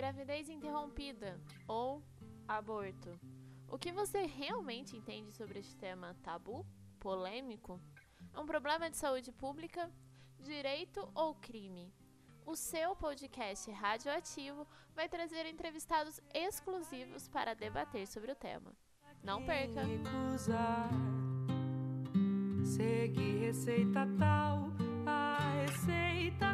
gravidez interrompida ou aborto. O que você realmente entende sobre este tema tabu, polêmico? É um problema de saúde pública, direito ou crime? O seu podcast Radioativo vai trazer entrevistados exclusivos para debater sobre o tema. Não perca! Seguir receita tal, a receita